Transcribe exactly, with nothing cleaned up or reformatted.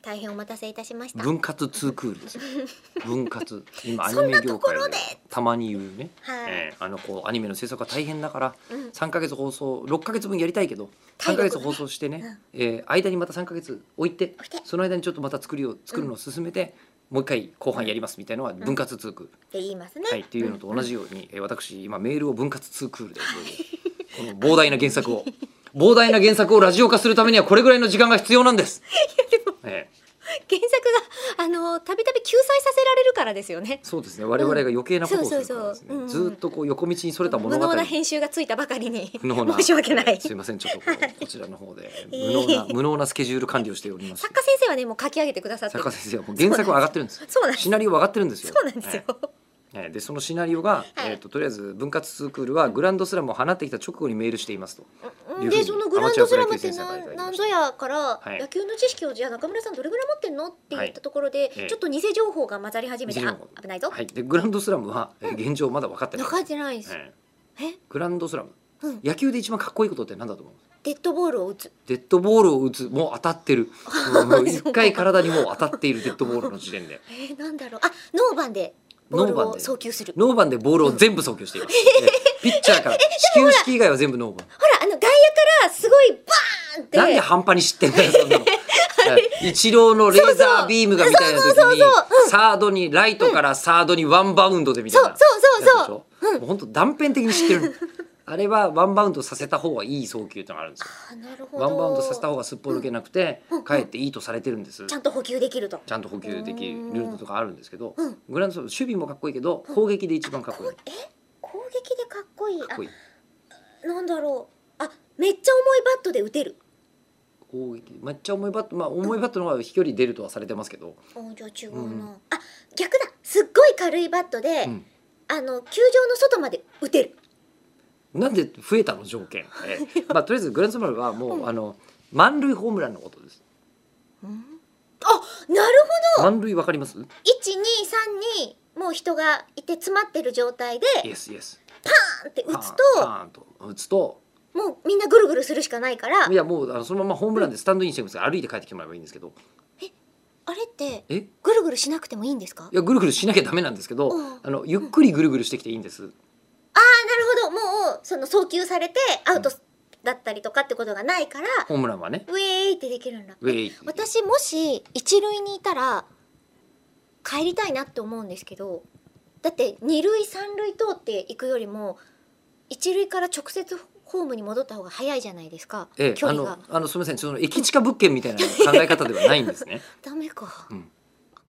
大変お待たせいたしました。 分割ツークールですよ。分割。今アニメ業界でたまに言うね。 はい、 えー、あのこうアニメの制作が大変だから、 うん、 さんかげつ放送ろっかげつぶんやりたいけどさんかげつ放送してね、うん、えー、間にまたさんかげつ置いて、その間にちょっとまた作りを作るのを進めて、うん、もう一回後半やりますみたいなのは分割ツークール、うん、 って言いますね。 はい、っていうのと同じように、うん、えー、私今メールを分割ツークールでこの膨大な原作を膨大な原作をラジオ化するためにはこれぐらいの時間が必要なんです。 いやでも、 えー原作があのたびたび救済させられるからですよね。 そうですね。我々が余計なことをするからですね。ずっとこう横道にそれた物語。 無能な編集がついたばかりに不能な申し訳ない。 すいません、ちょっとこうこちらの方で無能な無能なスケジュール管理をしております。 作家先生はねもう書き上げてくださってる。 作家先生はもう原作は上がってるんです。 そうなんです。 シナリオは上がってるんですよ。 そうなんですよ。 えでそのシナリオが、はい、えー、ととりあえず分割ツークールはグランドスラムを放ってきた直後にメールしていますと。 でそのグランドスラムって何ぞやから、はい、野球の知識をじゃあ中村さんどれぐらい持ってんのって言ったところで、はい、ちょっと偽情報が混ざり始めて、あ危ないぞ、 はい、でグランドスラムは、えー、現状まだ分かってない。 分かってないです、 えー、えグランドスラム、うん、野球で一番かっこいいことって何だと思う？ デッドボールを打つ。 デッドボールを打つ、もう当たってる。もう一回体にもう当たっているデッドボールの時点で。 えー、なんだろう、あノーバンでボールを送球する。 ノーバンでボールを全部送球しています。ピッチャーから始球式以外は全部ノーバン。 ほらあの外野からすごいバーンって。 なんで半端に知ってんだよそんなの。イチローのレーザービームがみたいな時にサードにライトからサードにワンバウンドでみたいな。 そうそうそうそう。 もう本当断片的に知ってる。あれはワンバウンドさせた方がいい送球ってのがあるんですよ。 あ、なるほど。 ワンバウンドさせた方がすっぽ抜けなくて、うん、かえっていいとされてるんです、うん、 ちゃんと補給できると。 ちゃんと補給できるのとかあるんですけど、うん、グランドスラム守備もかっこいいけど、うん、攻撃で一番かっこいい。 え攻撃でかっこいい。 かっこいい。 なんだろう、あめっちゃ重いバットで打てる。 攻撃めっちゃ重いバット、まあ重いバットの方が飛距離出るとはされてますけど、 うん、あじゃあ違うな、うん、あ逆だ、すっごい軽いバットで、うん、あの球場の外まで打てる。 なんで増えたの条件、えーまあ、とりあえずグランドスラムはもう、うん、あの満塁ホームランのことです、 うん、あなるほど。 満塁わかります？ いちにさん にもう人がいて詰まってる状態で yes, yes パーンって打つとパーンと打つともうみんなぐるぐるするしかないから、 いやもうあのそのままホームランでスタンドインしてるんですから、歩いて帰ってきてもらえばいいんですけど。 えあれってえぐるぐるしなくてもいいんですか？ いやぐるぐるしなきゃダメなんですけど、あのゆっくりぐるぐるしてきていいんです、うん、 ああなるほど、もうその送球されてアウトだったりとかってことがないから、 ホームランはねウェーイってできるんだ。 ウェーイ。 私もし一塁にいたら帰りたいなって思うんですけど、だって二塁三塁通っていくよりも一塁から直接ホームに戻った方が早いじゃないですか、 ええ、 距離が。 あのあのすみません、その駅近物件みたいな考え方ではないんですね。 ダメか、 うん